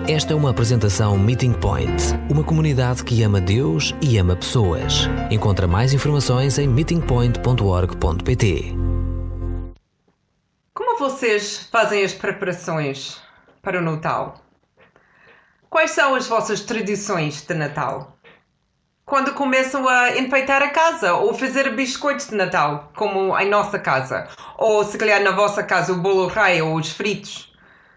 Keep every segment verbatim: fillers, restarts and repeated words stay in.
Esta é uma apresentação Meeting Point, uma comunidade que ama Deus e ama pessoas. Encontra mais informações em meeting point ponto org ponto pt. Como vocês fazem as preparações para o Natal? Quais são as vossas tradições de Natal? Quando começam a enfeitar a casa ou fazer biscoitos de Natal, como em nossa casa, ou se calhar na vossa casa o bolo rei ou os fritos?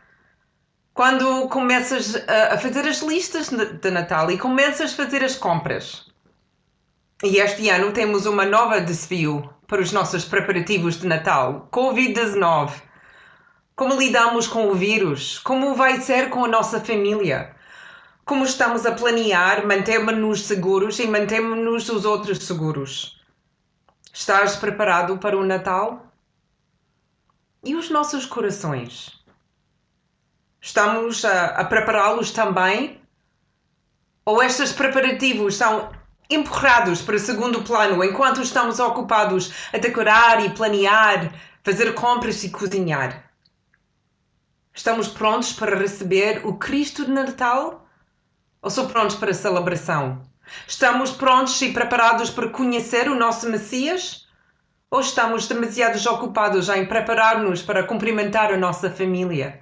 Quando começas a fazer as listas de Natal e começas a fazer as compras? E este ano temos uma nova desafio para os nossos preparativos de Natal, covid dezenove. Como lidamos com o vírus? Como vai ser com a nossa família? Como estamos a planear, mantemos-nos seguros e mantemos-nos os outros seguros? Estás preparado para o Natal? E os nossos corações? Estamos a, a prepará-los também? Ou estes preparativos são empurrados para segundo plano enquanto estamos ocupados a decorar e planear, fazer compras e cozinhar? Estamos prontos para receber o Cristo de Natal? Ou só prontos para a celebração? Estamos prontos e preparados para conhecer o nosso Messias? Ou estamos demasiado ocupados em preparar-nos para cumprimentar a nossa família?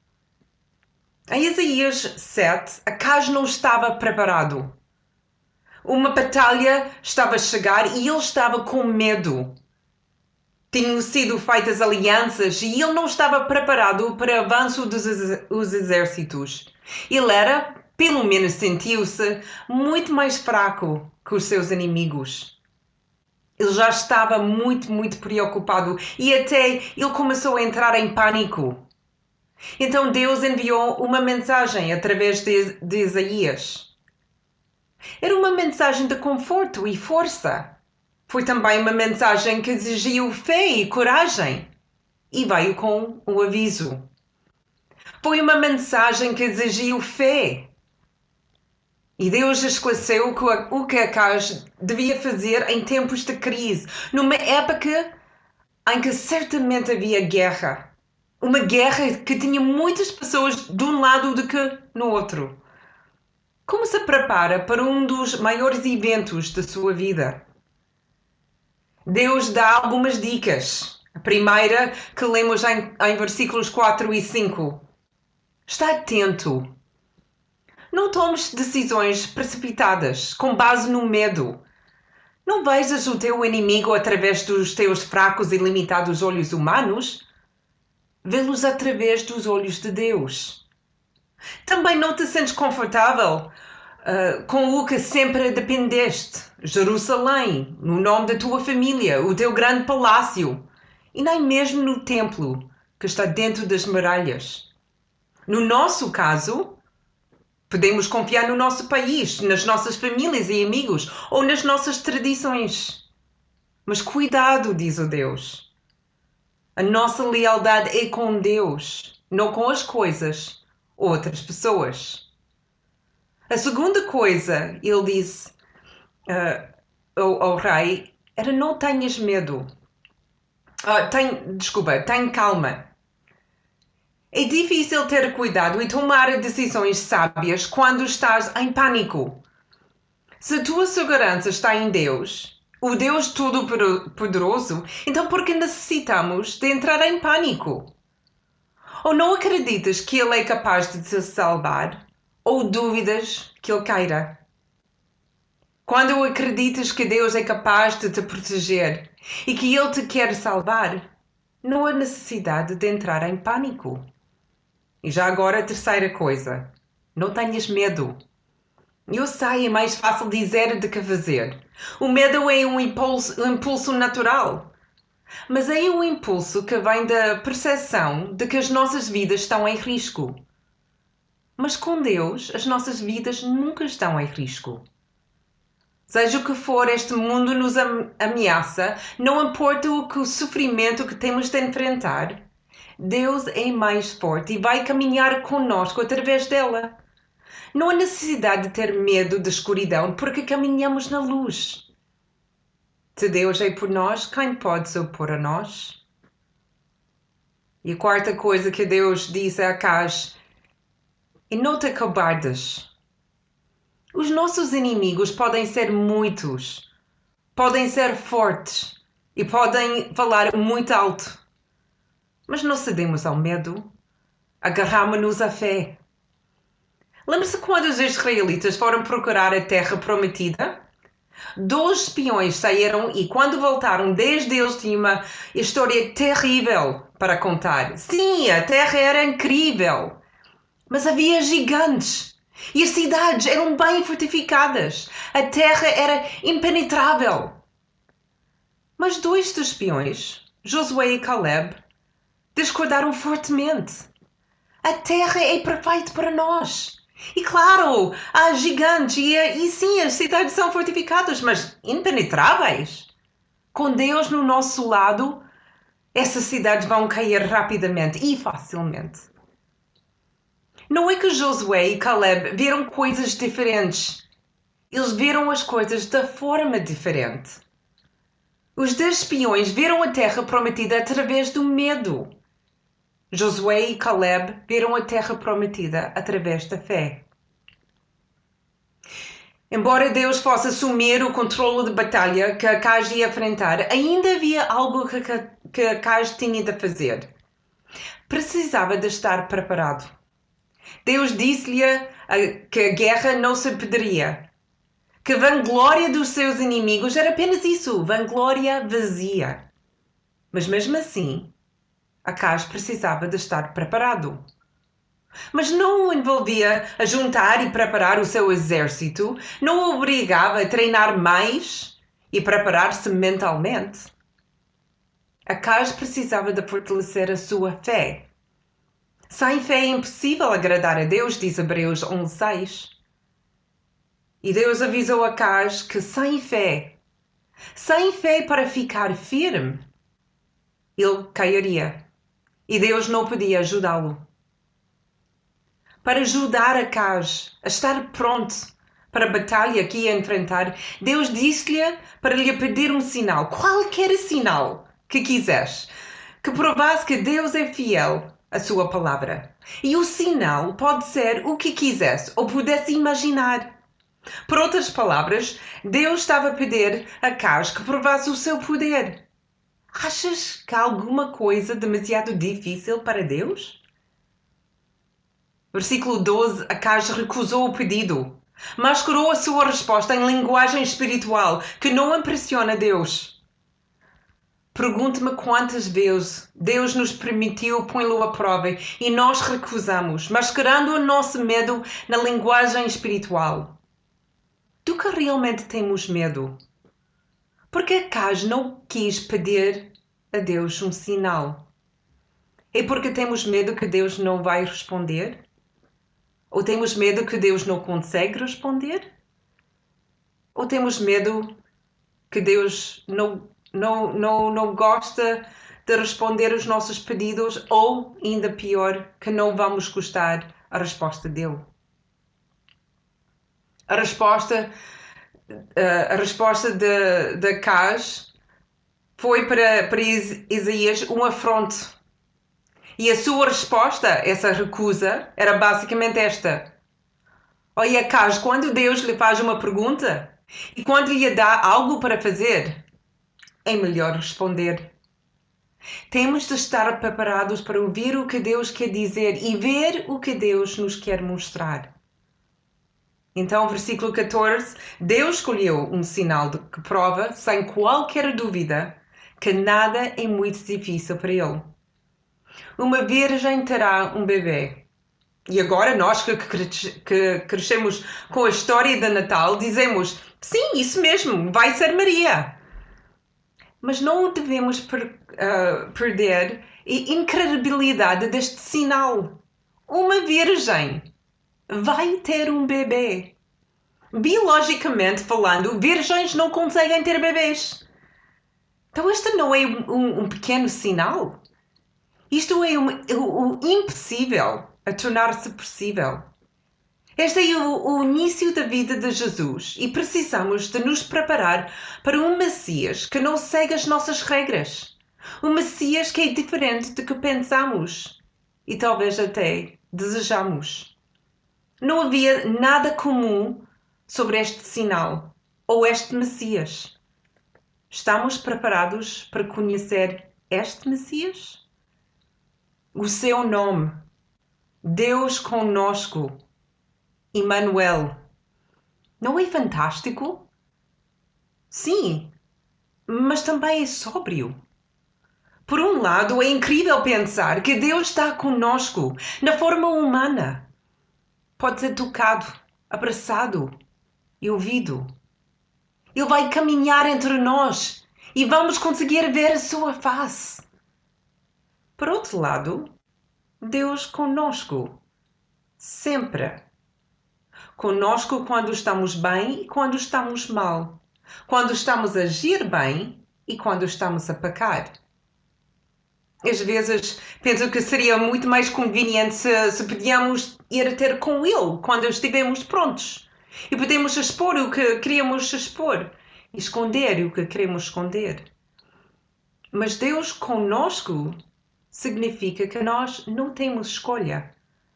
Em Isaías sete, Acaz não estava preparado. Uma batalha estava a chegar e ele estava com medo. Tinham sido feitas alianças e ele não estava preparado para o avanço dos os exércitos. Ele era, pelo menos sentiu-se, muito mais fraco que os seus inimigos. Ele já estava muito, muito preocupado e até ele começou a entrar em pânico. Então Deus enviou uma mensagem através de, de Isaías. Era uma mensagem de conforto e força. Foi também uma mensagem que exigiu fé e coragem. E veio com um aviso. Foi uma mensagem que exigiu fé. E Deus esclareceu o que Acaz devia fazer em tempos de crise, numa época em que certamente havia guerra. Uma guerra que tinha muitas pessoas de um lado do que no outro. Como se prepara para um dos maiores eventos da sua vida? Deus dá algumas dicas. A primeira que lemos em, em versículos quatro e cinco. Está atento. Não tomes decisões precipitadas, com base no medo. Não vejas o teu inimigo através dos teus fracos e limitados olhos humanos. Vê-los através dos olhos de Deus. Também não te sentes confortável uh, com o que sempre dependeste. Jerusalém, no nome da tua família, o teu grande palácio. E nem mesmo no templo, que está dentro das muralhas. No nosso caso, podemos confiar no nosso país, nas nossas famílias e amigos, ou nas nossas tradições. Mas cuidado, diz o Deus. A nossa lealdade é com Deus, não com as coisas ou outras pessoas. A segunda coisa, ele disse uh, ao, ao rei, era não tenhas medo. Uh, tem, desculpa, tem calma. É difícil ter cuidado e tomar decisões sábias quando estás em pânico. Se a tua segurança está em Deus, o Deus Todo-Poderoso, então por que necessitamos de entrar em pânico? Ou não acreditas que Ele é capaz de te salvar? Ou duvidas que Ele queira? Quando acreditas que Deus é capaz de te proteger e que Ele te quer salvar, não há necessidade de entrar em pânico. E já agora a terceira coisa, não tenhas medo. Eu sei, é mais fácil dizer do que fazer. O medo é um impulso, um impulso natural. Mas é um impulso que vem da percepção de que as nossas vidas estão em risco. Mas com Deus, as nossas vidas nunca estão em risco. Seja o que for, este mundo nos ameaça, não importa o que o sofrimento que temos de enfrentar, Deus é mais forte e vai caminhar conosco através dela. Não há necessidade de ter medo da escuridão, porque caminhamos na luz. Se Deus é por nós, quem pode se opor a nós? E a quarta coisa que Deus diz a Acaz E não te acobardes. Os nossos inimigos podem ser muitos, podem ser fortes e podem falar muito alto. Mas não cedemos ao medo, agarramos-nos à fé. Lembra-se quando os israelitas foram procurar a terra prometida? Dois espiões saíram e quando voltaram, dez deles tinham uma história terrível para contar. Sim, a terra era incrível, mas havia gigantes e as cidades eram bem fortificadas. A terra era impenetrável. Mas dois dos espiões, Josué e Caleb, discordaram fortemente. A terra é perfeita para nós. E claro, há gigantes e, e sim, as cidades são fortificadas, mas impenetráveis. Com Deus no nosso lado, essas cidades vão cair rapidamente e facilmente. Não é que Josué e Caleb viram coisas diferentes. Eles viram as coisas de forma diferente. Os dez espiões viram a terra prometida através do medo. Josué e Caleb viram a terra prometida através da fé. Embora Deus fosse assumir o controle de batalha que Acaz ia enfrentar, ainda havia algo que, que Acaz tinha de fazer. Precisava de estar preparado. Deus disse-lhe que a guerra não se perderia, que a vanglória dos seus inimigos era apenas isso, vanglória vazia. Mas mesmo assim, Acaz precisava de estar preparado. Mas não o envolvia a juntar e preparar o seu exército, não o obrigava a treinar mais e preparar-se mentalmente. Acaz precisava de fortalecer a sua fé. Sem fé é impossível agradar a Deus, diz Hebreus onze, seis. E Deus avisou Acaz que sem fé, sem fé para ficar firme, ele cairia. E Deus não podia ajudá-lo. Para ajudar Acaz a estar pronto para a batalha que ia enfrentar, Deus disse-lhe para lhe pedir um sinal, qualquer sinal que quiseres, que provasse que Deus é fiel à sua palavra. E o sinal pode ser o que quisesse ou pudesse imaginar. Por outras palavras, Deus estava a pedir a Acaz que provasse o seu poder. Achas que há alguma coisa demasiado difícil para Deus? Versículo doze, Acaz recusou o pedido, mascarou a sua resposta em linguagem espiritual que não impressiona Deus. Pergunte-me quantas vezes Deus nos permitiu pô-lo à prova e nós recusamos, mascarando o nosso medo na linguagem espiritual. Do que realmente temos medo? Porque Acaz não quis pedir a Deus um sinal? É porque temos medo que Deus não vai responder? Ou temos medo que Deus não consegue responder? Ou temos medo que Deus não, não, não, não gosta de responder os nossos pedidos? Ou, ainda pior, que não vamos gostar a resposta dele? A resposta... Uh, a resposta de, de Acaz foi para, para Isaías um afronto. E a sua resposta, essa recusa, era basicamente esta. Olha, Acaz, quando Deus lhe faz uma pergunta e quando lhe dá algo para fazer, é melhor responder. Temos de estar preparados para ouvir o que Deus quer dizer e ver o que Deus nos quer mostrar. Então, versículo catorze, Deus escolheu um sinal que prova, sem qualquer dúvida, que nada é muito difícil para ele. Uma virgem terá um bebê. E agora nós que, que crescemos com a história de Natal, dizemos, sim, isso mesmo, vai ser Maria. Mas não devemos per, uh, perder a incredibilidade deste sinal. Uma virgem vai ter um bebê. Biologicamente falando, virgens não conseguem ter bebês. Então este não é um, um pequeno sinal? Isto é um, o, o impossível a tornar-se possível. Este é o, o início da vida de Jesus e precisamos de nos preparar para um Messias que não segue as nossas regras. Um Messias que é diferente do que pensamos e talvez até desejamos. Não havia nada comum sobre este sinal ou este Messias. Estamos preparados para conhecer este Messias? O seu nome, Deus conosco, Emmanuel. Não é fantástico? Sim, mas também é sóbrio. Por um lado, é incrível pensar que Deus está conosco na forma humana. Pode ser tocado, abraçado e ouvido. Ele vai caminhar entre nós e vamos conseguir ver a sua face. Por outro lado, Deus conosco, sempre. Conosco quando estamos bem e quando estamos mal. Quando estamos a agir bem e quando estamos a pecar. Às vezes penso que seria muito mais conveniente se, se podíamos ir ter com Ele quando estivermos prontos. E podemos expor o que queríamos expor e esconder o que queremos esconder. Mas Deus conosco significa que nós não temos escolha.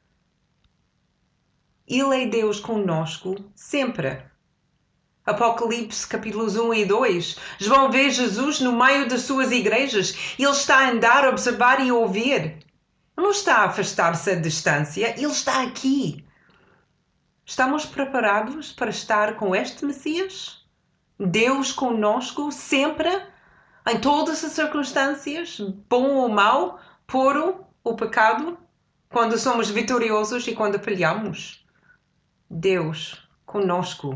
Ele é Deus conosco sempre. Apocalipse capítulos um e dois. João vê Jesus no meio das suas igrejas. Ele está a andar, a observar e a ouvir. Ele não está a afastar-se à distância. Ele está aqui. Estamos preparados para estar com este Messias? Deus conosco sempre, em todas as circunstâncias, bom ou mau, puro ou pecado, quando somos vitoriosos e quando falhamos? Deus conosco.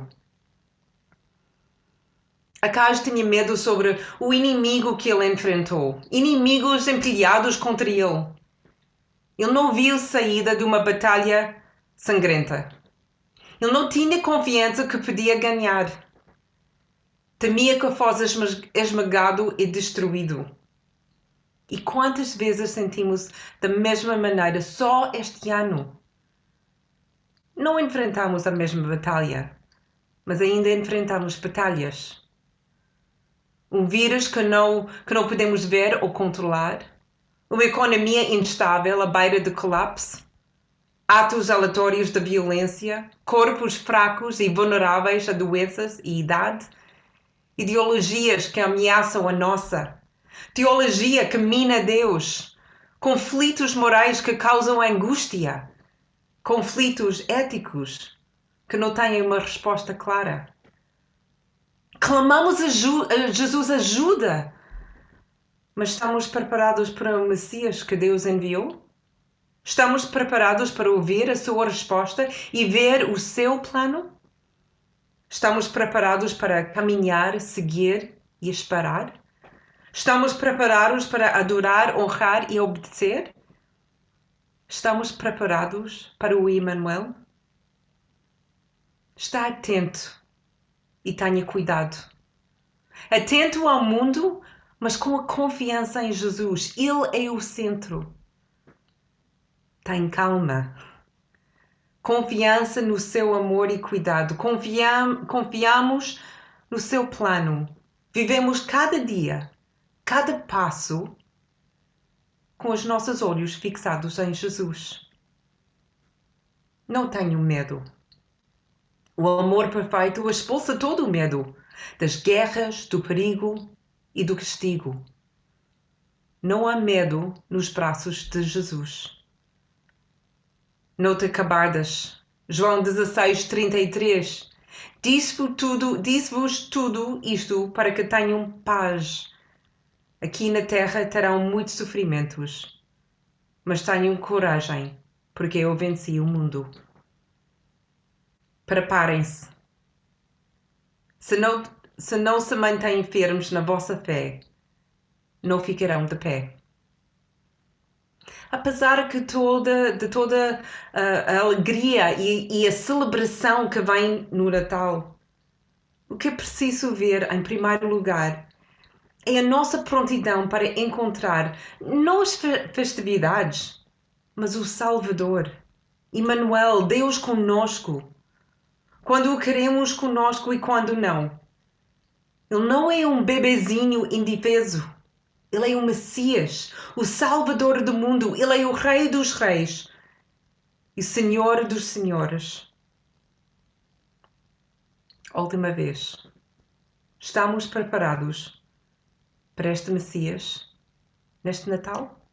Acaz tinha medo sobre o inimigo que ele enfrentou. Inimigos empilhados contra ele. Ele não viu saída de uma batalha sangrenta. Ele não tinha confiança que podia ganhar. Temia que fosse esmagado e destruído. E quantas vezes sentimos da mesma maneira só este ano? Não enfrentamos a mesma batalha, mas ainda enfrentamos batalhas. Um vírus que não, que não podemos ver ou controlar. Uma economia instável à beira de colapso. Atos aleatórios de violência. Corpos fracos e vulneráveis a doenças e idade. Ideologias que ameaçam a nossa. Teologia que mina Deus. Conflitos morais que causam angústia. Conflitos éticos que não têm uma resposta clara. Clamamos a Jesus ajuda, mas estamos preparados para o Messias que Deus enviou? Estamos preparados para ouvir a sua resposta e ver o seu plano? Estamos preparados para caminhar, seguir e esperar? Estamos preparados para adorar, honrar e obedecer? Estamos preparados para o Emmanuel? Está atento. E tenha cuidado. Atento ao mundo, mas com a confiança em Jesus. Ele é o centro. Tem calma. Confiança no seu amor e cuidado. Confiam, confiamos no seu plano. Vivemos cada dia, cada passo, com os nossos olhos fixados em Jesus. Não tenham medo. O amor perfeito expulsa todo o medo das guerras, do perigo e do castigo. Não há medo nos braços de Jesus. Nota acabadas. João dezesseis, trinta e três. Diz-vos tudo, diz-vos tudo isto para que tenham paz. Aqui na terra terão muitos sofrimentos, mas tenham coragem, porque eu venci o mundo. Preparem-se. Se não, se não se mantêm firmes na vossa fé, não ficarão de pé. Apesar que toda, de toda a, a alegria e, e a celebração que vem no Natal, o que é preciso ver, em primeiro lugar, é a nossa prontidão para encontrar não as festividades, mas o Salvador, Emmanuel, Deus conosco. Quando o queremos conosco e quando não. Ele não é um bebezinho indefeso. Ele é o Messias, o Salvador do mundo. Ele é o Rei dos Reis. e Senhor dos Senhores. Última vez. Estamos preparados para este Messias neste Natal?